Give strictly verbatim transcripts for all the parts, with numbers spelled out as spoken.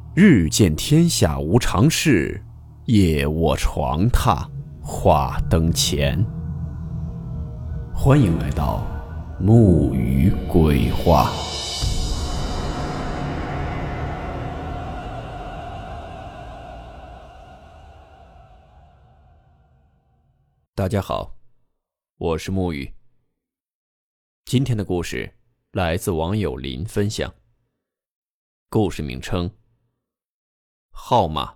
日见天下无常事，夜卧床榻话灯前。欢迎来到木鱼鬼话。大家好，我是木鱼。今天的故事来自网友林分享，故事名称号码。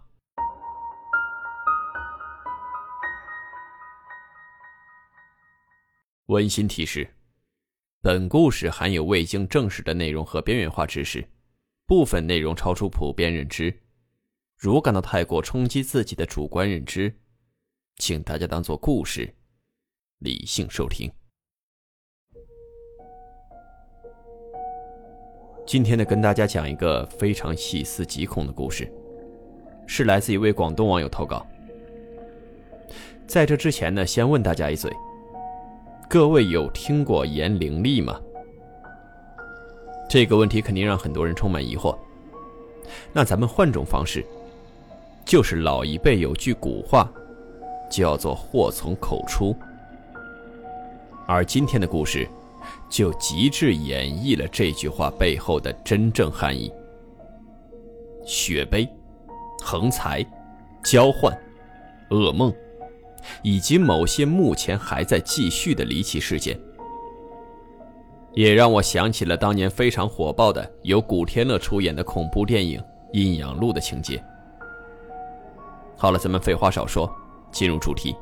温馨提示：本故事含有未经证实的内容和边缘化知识，部分内容超出普遍认知，如感到太过冲击自己的主观认知，请大家当作故事理性收听。今天呢，跟大家讲一个非常细思极恐的故事，是来自一位广东网友投稿。在这之前呢，先问大家一嘴，各位有听过言灵力吗？这个问题肯定让很多人充满疑惑。那咱们换种方式，就是老一辈有句古话，叫做祸从口出。而今天的故事就极致演绎了这句话背后的真正含义。血杯、横财、交换、噩梦，以及某些目前还在继续的离奇事件，也让我想起了当年非常火爆的由古天乐出演的恐怖电影《阴阳路》的情节。好了，咱们废话少说，进入主题。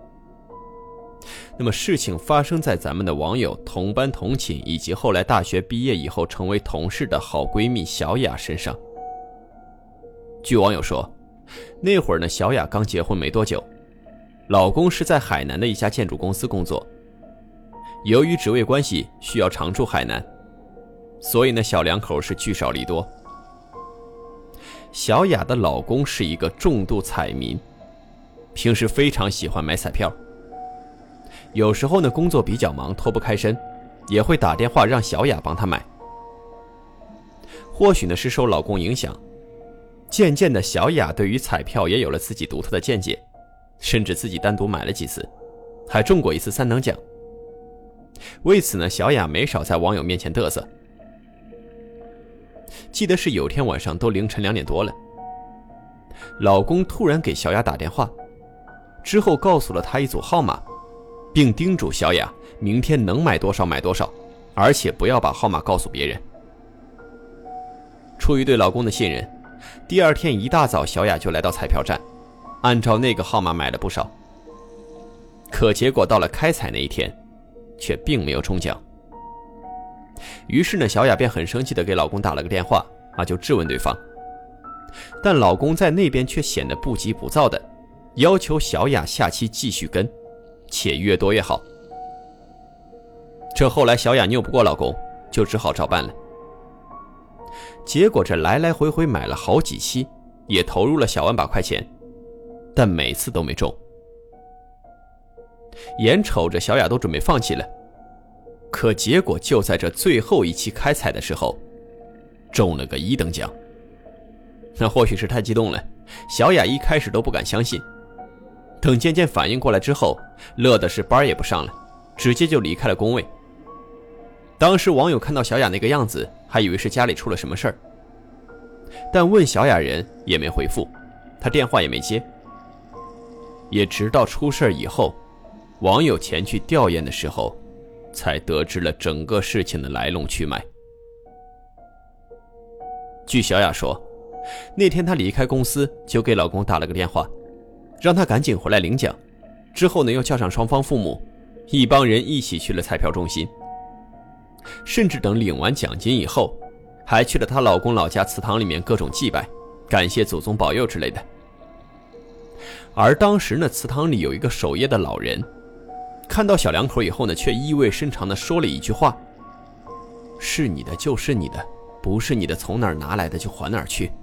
那么事情发生在咱们的网友同班同寝以及后来大学毕业以后成为同事的好闺蜜小雅身上。据网友说，那会儿呢，小雅刚结婚没多久，老公是在海南的一家建筑公司工作，由于职位关系需要常驻海南，所以呢，小两口是聚少离多。小雅的老公是一个重度彩民，平时非常喜欢买彩票，有时候呢，工作比较忙脱不开身，也会打电话让小雅帮他买。或许呢是受老公影响，渐渐的小雅对于彩票也有了自己独特的见解，甚至自己单独买了几次，还中过一次三等奖。为此呢，小雅没少在网友面前嘚瑟。记得是有天晚上都凌晨两点多了，老公突然给小雅打电话，之后告诉了她一组号码，并叮嘱小雅明天能买多少买多少，而且不要把号码告诉别人。出于对老公的信任，第二天一大早小雅就来到彩票站，按照那个号码买了不少。可结果到了开彩那一天，却并没有中奖。于是呢，小雅便很生气地给老公打了个电话，啊，就质问对方。但老公在那边却显得不急不躁的，要求小雅下期继续跟，且越多越好。这后来小雅拗不过老公，就只好照办了。结果这来来回回买了好几期，也投入了小万把块钱，但每次都没中。眼瞅着小雅都准备放弃了，可结果就在这最后一期开彩的时候，中了个一等奖。那或许是太激动了，小雅一开始都不敢相信，等渐渐反应过来之后，乐的是班也不上了，直接就离开了工位。当时网友看到小雅那个样子，还以为是家里出了什么事儿，但问小雅人也没回复，她电话也没接。也直到出事以后，网友前去调研的时候，才得知了整个事情的来龙去脉。据小雅说，那天她离开公司就给老公打了个电话，让他赶紧回来领奖，之后呢又叫上双方父母，一帮人一起去了彩票中心，甚至等领完奖金以后，还去了她老公老家祠堂里面各种祭拜，感谢祖宗保佑之类的。而当时呢，祠堂里有一个守夜的老人，看到小两口以后呢，却意味深长地说了一句话：是你的就是你的，不是你的从哪儿拿来的就还哪儿去。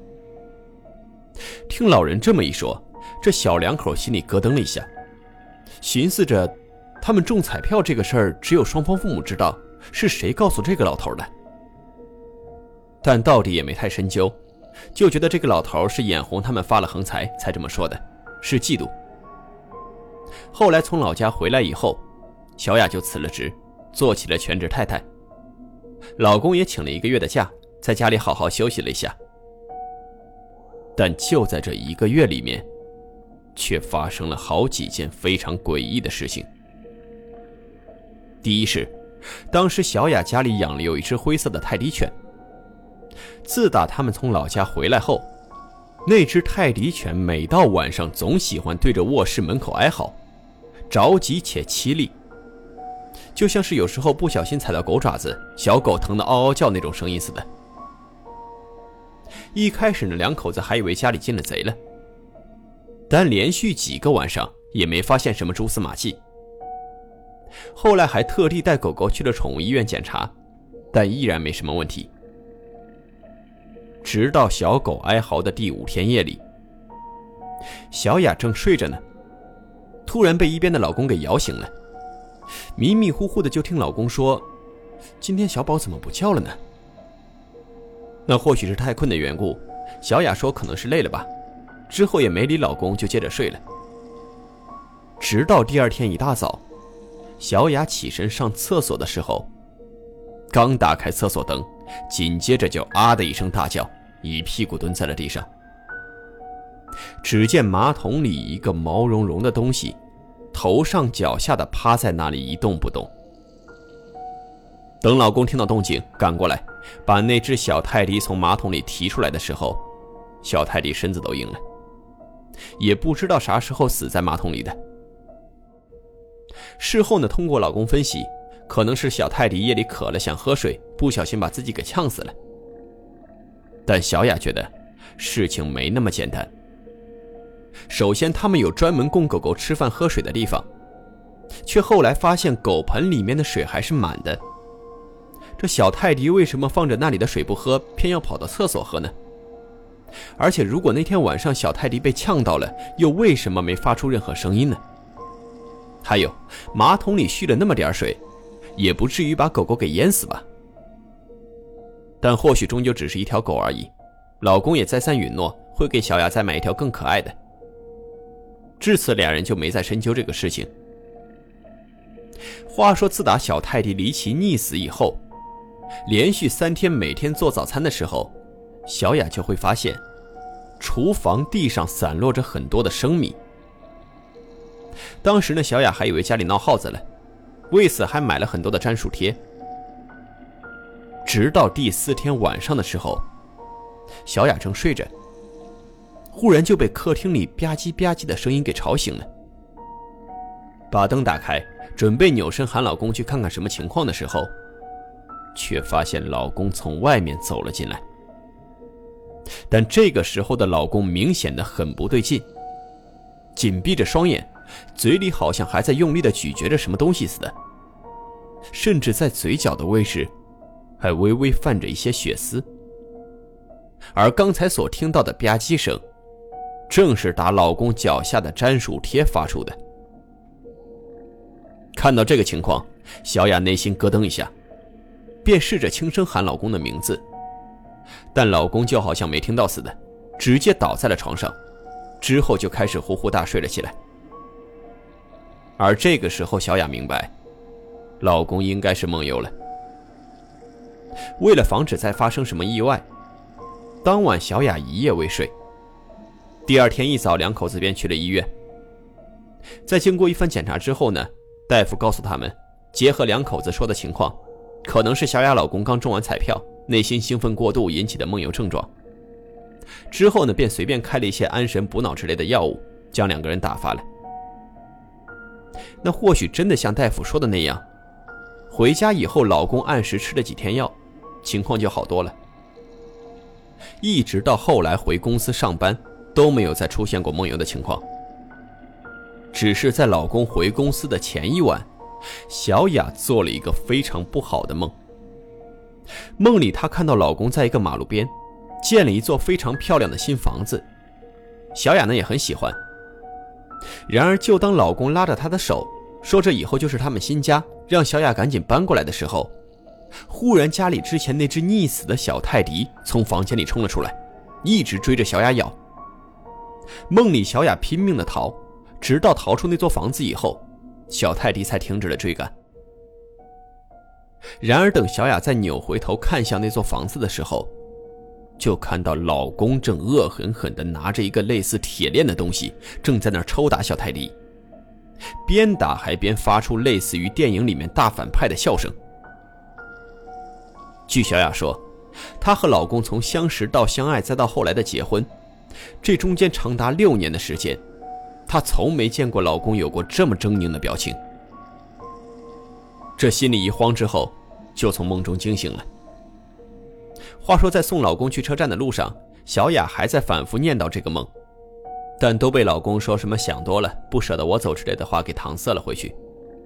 听老人这么一说，这小两口心里咯噔了一下，寻思着他们中彩票这个事儿只有双方父母知道，是谁告诉这个老头的？但到底也没太深究， 就觉得这个老头是眼红他们发了横财才这么说的，是嫉妒。后来从老家回来以后，小雅就辞了职，做起了全职太太。老公也请了一个月的假，在家里好好休息了一下。但就在这一个月里面，却发生了好几件非常诡异的事情。第一是，当时小雅家里养了有一只灰色的泰迪犬。自打他们从老家回来后，那只泰迪犬每到晚上总喜欢对着卧室门口哀嚎，着急且凄厉，就像是有时候不小心踩到狗爪子，小狗疼得嗷嗷叫那种声音似的。一开始呢，两口子还以为家里进了贼了，但连续几个晚上也没发现什么蛛丝马迹。后来还特地带狗狗去了宠物医院检查，但依然没什么问题。直到小狗哀嚎的第五天夜里，小雅正睡着呢，突然被一边的老公给摇醒了。迷迷糊糊的就听老公说，今天小宝怎么不叫了呢？那或许是太困的缘故，小雅说可能是累了吧，之后也没理老公，就接着睡了。直到第二天一大早，小雅起身上厕所的时候，刚打开厕所灯，紧接着就啊的一声大叫，一屁股蹲在了地上。只见马桶里一个毛茸茸的东西，头上脚下的趴在那里一动不动。等老公听到动静赶过来，把那只小泰迪从马桶里提出来的时候，小泰迪身子都硬了，也不知道啥时候死在马桶里的。事后呢，通过老公分析，可能是小泰迪夜里渴了想喝水，不小心把自己给呛死了。但小雅觉得事情没那么简单。首先他们有专门供狗狗吃饭喝水的地方，却后来发现狗盆里面的水还是满的。这小泰迪为什么放着那里的水不喝，偏要跑到厕所喝呢？而且如果那天晚上小泰迪被呛到了，又为什么没发出任何声音呢？还有，马桶里蓄了那么点水，也不至于把狗狗给淹死吧。但或许终究只是一条狗而已，老公也再三允诺会给小雅再买一条更可爱的。至此两人就没再深究这个事情。话说自打小泰迪离奇溺死以后，连续三天每天做早餐的时候，小雅就会发现厨房地上散落着很多的生米。当时呢，小雅还以为家里闹耗子了，为此还买了很多的粘鼠贴。直到第四天晚上的时候，小雅正睡着，忽然就被客厅里吧唧吧唧的声音给吵醒了。把灯打开，准备扭身喊老公去看看什么情况的时候，却发现老公从外面走了进来。但这个时候的老公明显的很不对劲，紧闭着双眼，嘴里好像还在用力的咀嚼着什么东西似的，甚至在嘴角的位置还微微泛着一些血丝。而刚才所听到的吧唧声，正是打老公脚下的粘鼠贴发出的。看到这个情况，小雅内心咯噔一下，便试着轻声喊老公的名字，但老公就好像没听到似的，直接倒在了床上，之后就开始呼呼大睡了起来。而这个时候小雅明白，老公应该是梦游了。为了防止再发生什么意外，当晚小雅一夜未睡。第二天一早，两口子便去了医院。在经过一番检查之后呢，大夫告诉他们，结合两口子说的情况，可能是小雅老公刚中完彩票，内心兴奋过度引起的梦游症状。之后呢，便随便开了一些安神补脑之类的药物，将两个人打发了。那或许真的像大夫说的那样，回家以后老公按时吃了几天药，情况就好多了。一直到后来回公司上班，都没有再出现过梦游的情况。只是在老公回公司的前一晚，小雅做了一个非常不好的梦。梦里她看到老公在一个马路边建了一座非常漂亮的新房子，小雅呢也很喜欢。然而就当老公拉着她的手说这以后就是他们新家，让小雅赶紧搬过来的时候，忽然家里之前那只溺死的小泰迪从房间里冲了出来， 一直追着小雅咬。梦里小雅拼命地逃，直到逃出那座房子以后，小泰迪才停止了追赶。然而等小雅再扭回头看向那座房子的时候，就看到老公正恶狠狠地拿着一个类似铁链的东西，正在那儿抽打小泰迪，边打还边发出类似于电影里面大反派的笑声。据小雅说，她和老公从相识到相爱再到后来的结婚，这中间长达六年的时间，她从没见过老公有过这么狰狞的表情。这心里一慌之后，就从梦中惊醒了。话说在送老公去车站的路上，小雅还在反复念叨这个梦，但都被老公说什么想多了，不舍得我走之类的话给搪塞了回去。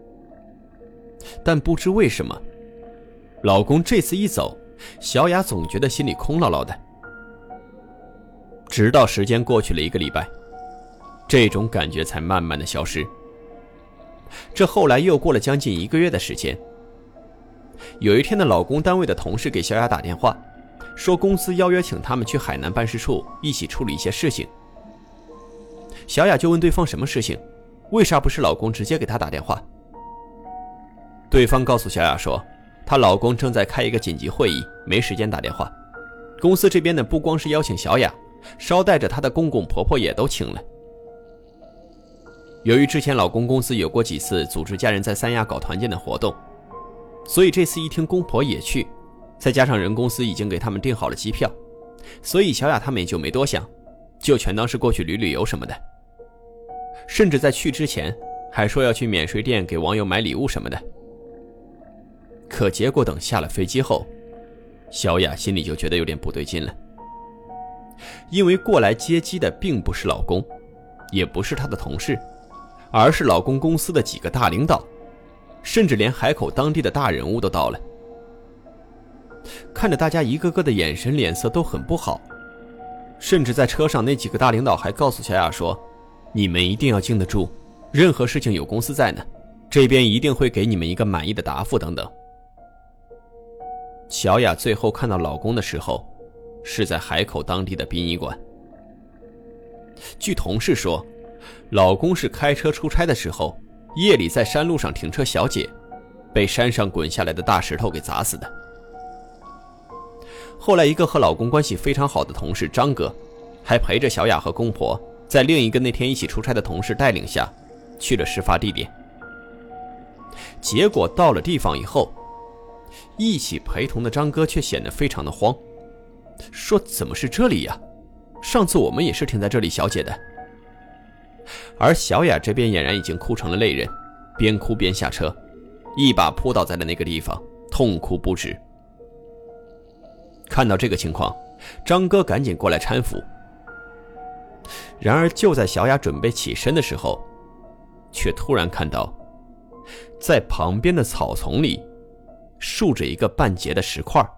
但不知为什么，老公这次一走，小雅总觉得心里空落落的。直到时间过去了一个礼拜，这种感觉才慢慢的消失。这后来又过了将近一个月的时间，有一天的老公单位的同事给小雅打电话，说公司邀约请他们去海南办事处一起处理一些事情。小雅就问对方什么事情，为啥不是老公直接给她打电话？对方告诉小雅说，她老公正在开一个紧急会议，没时间打电话。公司这边呢，不光是邀请小雅，捎带着她的公公婆婆也都请了。由于之前老公公司有过几次组织家人在三亚搞团建的活动，所以这次一听公婆也去，再加上人公司已经给他们订好了机票，所以小雅他们也就没多想，就全当是过去旅旅游什么的。甚至在去之前还说要去免税店给网友买礼物什么的。可结果等下了飞机后，小雅心里就觉得有点不对劲了。因为过来接机的并不是老公，也不是她的同事，而是老公公司的几个大领导，甚至连海口当地的大人物都到了。看着大家一个个的眼神脸色都很不好，甚至在车上那几个大领导还告诉小雅说，你们一定要经得住，任何事情有公司在呢，这边一定会给你们一个满意的答复等等。小雅最后看到老公的时候，是在海口当地的殡仪馆。据同事说，老公是开车出差的时候，夜里在山路上停车小解，被山上滚下来的大石头给砸死的。后来一个和老公关系非常好的同事张哥，还陪着小雅和公婆，在另一个那天一起出差的同事带领下，去了事发地点。结果到了地方以后，一起陪同的张哥却显得非常的慌，说怎么是这里呀？上次我们也是停在这里小解的。而小雅这边俨然已经哭成了泪人，边哭边下车，一把扑倒在了那个地方，痛哭不止。看到这个情况，张哥赶紧过来搀扶。然而就在小雅准备起身的时候，却突然看到在旁边的草丛里竖着一个半截的石块，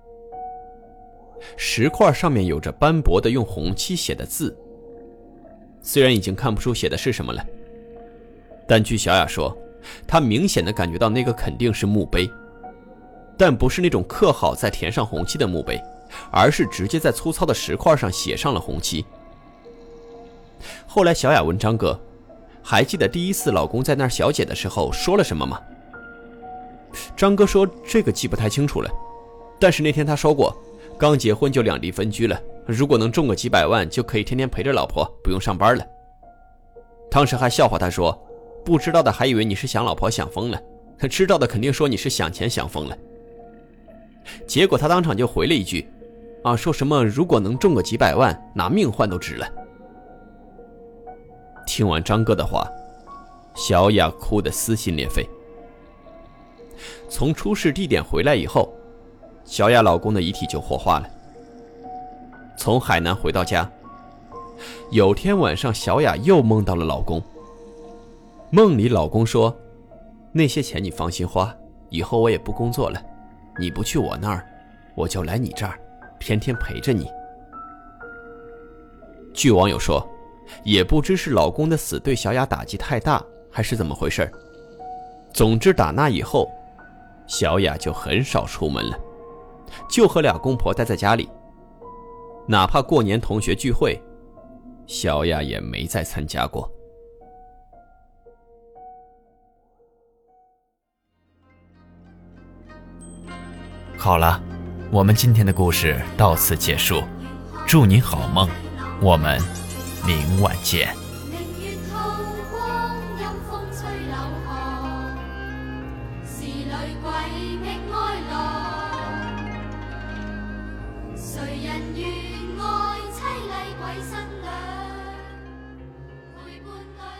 石块上面有着斑驳的用红漆写的字，虽然已经看不出写的是什么了，但据小雅说，她明显的感觉到那个肯定是墓碑，但不是那种刻好再填上红漆的墓碑，而是直接在粗糙的石块上写上了红漆。后来小雅问张哥，还记得第一次老公在那儿小解的时候说了什么吗？张哥说这个记不太清楚了，但是那天他说过，刚结婚就两地分居了，如果能中个几百万就可以天天陪着老婆，不用上班了。当时还笑话他说，不知道的还以为你是想老婆想疯了，知道的肯定说你是想钱想疯了。结果他当场就回了一句，啊，说什么如果能中个几百万，拿命换都值了。听完张哥的话，小雅哭得撕心裂肺。从出事地点回来以后，小雅老公的遗体就火化了。从海南回到家，有天晚上小雅又梦到了老公。梦里老公说，那些钱你放心花，以后我也不工作了，你不去我那儿，我就来你这儿，天天陪着你。据网友说，也不知是老公的死对小雅打击太大，还是怎么回事，总之打那以后，小雅就很少出门了，就和俩公婆待在家里。 哪怕过年同学聚会，小雅也没再参加过。 好了，我们今天的故事到此结束，祝您好梦，我们明晚见。 谁人愿爱凄厉鬼新娘陪伴里？